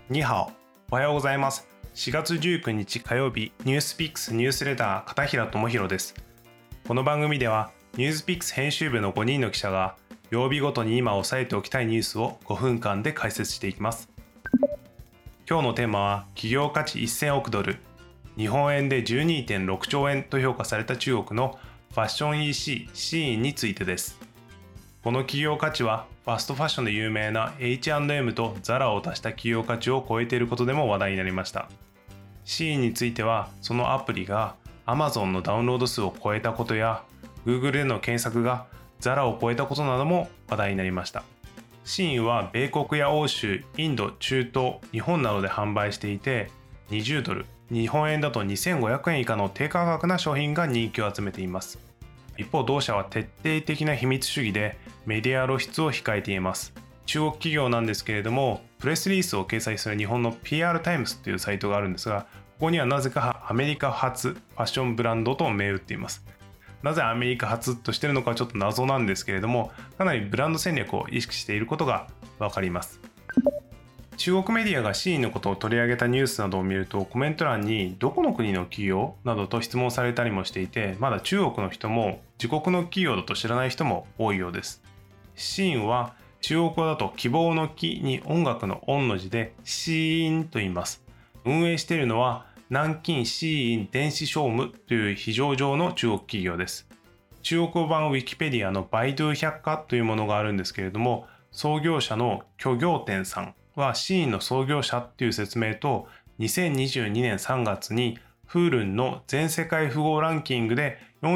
にはお、おはようございます。4月19日火曜日、ニュースピックスニュースレター片平智弘です。この番組ではニュースピックス編集部の5人の記者が曜日ごとに今押さえておきたいニュースを5分間で解説していきます。今日のテーマは企業価値1000億ドル、日本円で 12.6 兆円と評価された中国のファッション EC シーインについてです。この企業価値はファストファッションで有名な H&M と ZARA を足した企業価値を超えていることでも話題になりました。シーインについてはそのアプリが Amazon のダウンロード数を超えたことや Google での検索が ZARA を超えたことなども話題になりました。シーインは米国や欧州、インド、中東、日本などで販売していて20ドル、日本円だと2500円以下の低価格な商品が人気を集めています。一方、同社は徹底的な秘密主義でメディア露出を控えています。中国企業なんですけれども、プレスリリースを掲載する日本の PR タイムスというサイトがあるんですが、ここにはなぜかアメリカ発ファッションブランドと銘打っています。なぜアメリカ発としているのかはちょっと謎なんですけれども、かなりブランド戦略を意識していることがわかります。中国メディアがシーインのことを取り上げたニュースなどを見ると、コメント欄にどこの国の企業などと質問されたりもしていて、まだ中国の人も自国の企業だと知らない人も多いようです。シーインは中国語だと希望の希に音楽の音の字でシーインと言います。運営しているのは南京シーイン電子商務という非上場の中国企業です。中国語版ウィキペディアのバイドゥ百科というものがあるんですけれども、創業者の許行天さんはシーインの創業者という説明と、2022年3月にフールンの全世界富豪ランキングで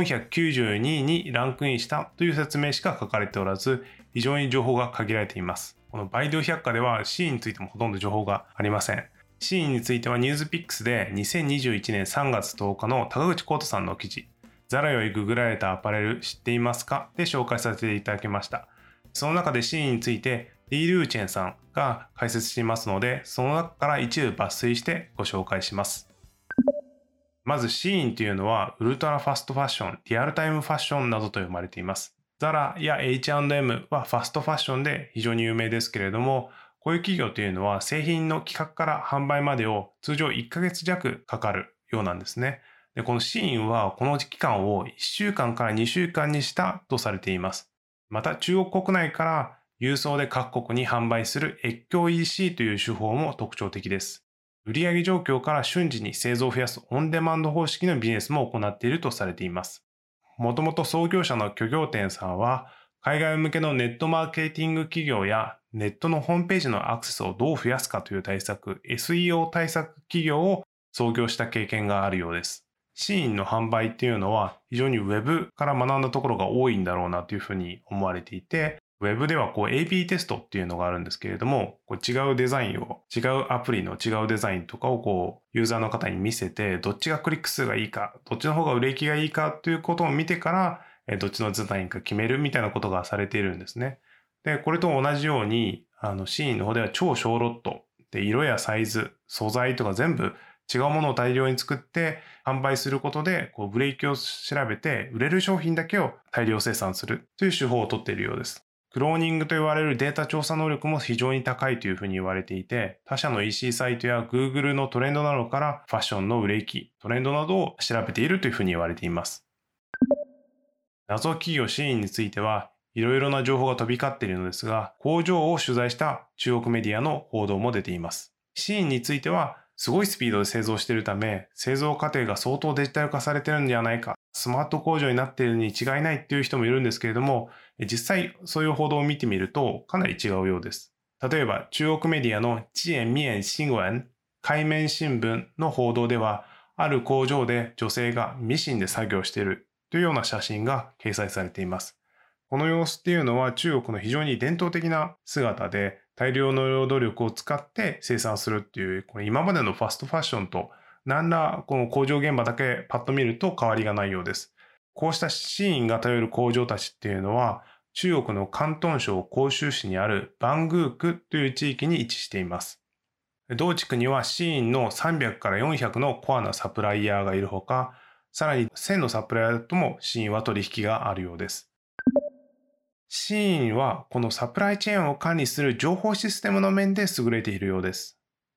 492位にランクインしたという説明しか書かれておらず、非常に情報が限られています。このバイドゥ百科ではシーインについてもほとんど情報がありません。シーインについてはニュースピックスで2021年3月10日の高口浩太さんの記事、ザラよりググられたアパレル知っていますかで紹介させていただきました。その中でシーインについてリー・ルーチェンさんが解説していますので、その中から一部抜粋してご紹介します。まずシーインというのはウルトラファストファッション、リアルタイムファッションなどと呼ばれています。ZARA や H&M はファストファッションで非常に有名ですけれども、こういう企業というのは製品の企画から販売までを通常1ヶ月弱かかるようなんですね。で、このシーインはこの期間を1週間から2週間にしたとされています。また中国国内から郵送で各国に販売する越境 EC という手法も特徴的です。売上状況から瞬時に製造を増やすオンデマンド方式のビジネスも行っているとされています。もともと創業者の許行天さんは、海外向けのネットマーケティング企業やネットのホームページのアクセスをどう増やすかという対策、SEO 対策企業を創業した経験があるようです。シーインの販売っていうのは非常にウェブから学んだところが多いんだろうなというふうに思われていて、ウェブではAB テストっていうのがあるんですけれども、違うデザインを、違うアプリの違うデザインとかをユーザーの方に見せて、どっちがクリック数がいいか、どっちの方が売れ行きがいいかということを見てから、どっちのデザインか決めるみたいなことがされているんですね。で、これと同じように、シーインの方では超小ロットで、色やサイズ、素材とか全部違うものを大量に作って販売することで、売れ行きを調べて、売れる商品だけを大量生産するという手法を取っているようです。クローニングと言われるデータ調査能力も非常に高いというふうに言われていて、他社の EC サイトや Google のトレンドなどからファッションの売れ行き、トレンドなどを調べているというふうに言われています。謎企業シーインについてはいろいろな情報が飛び交っているのですが、工場を取材した中国メディアの報道も出ています。シーインについてはすごいスピードで製造しているため、製造過程が相当デジタル化されているんじゃないか、スマート工場になっているに違いないっていう人もいるんですけれども、実際そういう報道を見てみるとかなり違うようです。例えば中国メディアの界面新聞、海面新聞の報道では、ある工場で女性がミシンで作業しているというような写真が掲載されています。この様子っていうのは中国の非常に伝統的な姿で、大量の労働力を使って生産するっていう、これ今までのファストファッションと何らこの工場現場だけパッと見ると変わりがないようです。こうしたシーンが頼る工場たちっていうのは、中国の広東省広州市にあるバングークという地域に位置しています。同地区にはシーンの300から400のコアなサプライヤーがいるほか、さらに1000のサプライヤーともシーンは取引があるようです。シーインはこのサプライチェーンを管理する情報システムの面で優れているようです。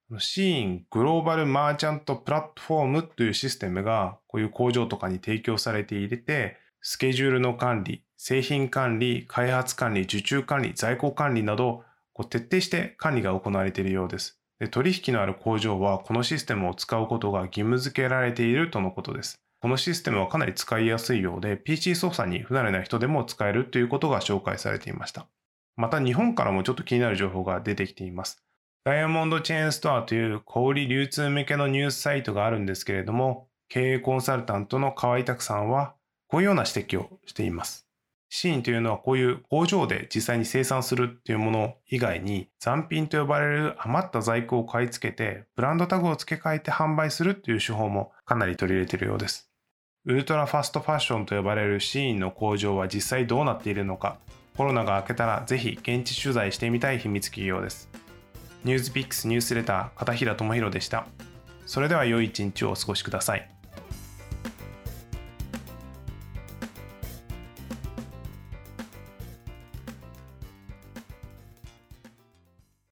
シーングローバルマーチャントプラットフォームというシステムがこういう工場とかに提供されていて、スケジュールの管理、製品管理、開発管理、受注管理、在庫管理など徹底して管理が行われているようです。で、取引のある工場はこのシステムを使うことが義務付けられているとのことです。このシステムはかなり使いやすいようで、PC 操作に不慣れな人でも使えるということが紹介されていました。また日本からもちょっと気になる情報が出てきています。ダイヤモンドチェーンストアという小売流通向けのニュースサイトがあるんですけれども、経営コンサルタントの河合拓さんはこういうような指摘をしています。シーンというのはこういう工場で実際に生産するっていうもの以外に残品と呼ばれる余った在庫を買い付けてブランドタグを付け替えて販売するっていう手法もかなり取り入れているようです。ウルトラファストファッションと呼ばれるシーンの工場は実際どうなっているのか、コロナが明けたらぜひ現地取材してみたい秘密企業です。ニュースピックスニュースレター片平智博でした。それでは良い一日をお過ごしください。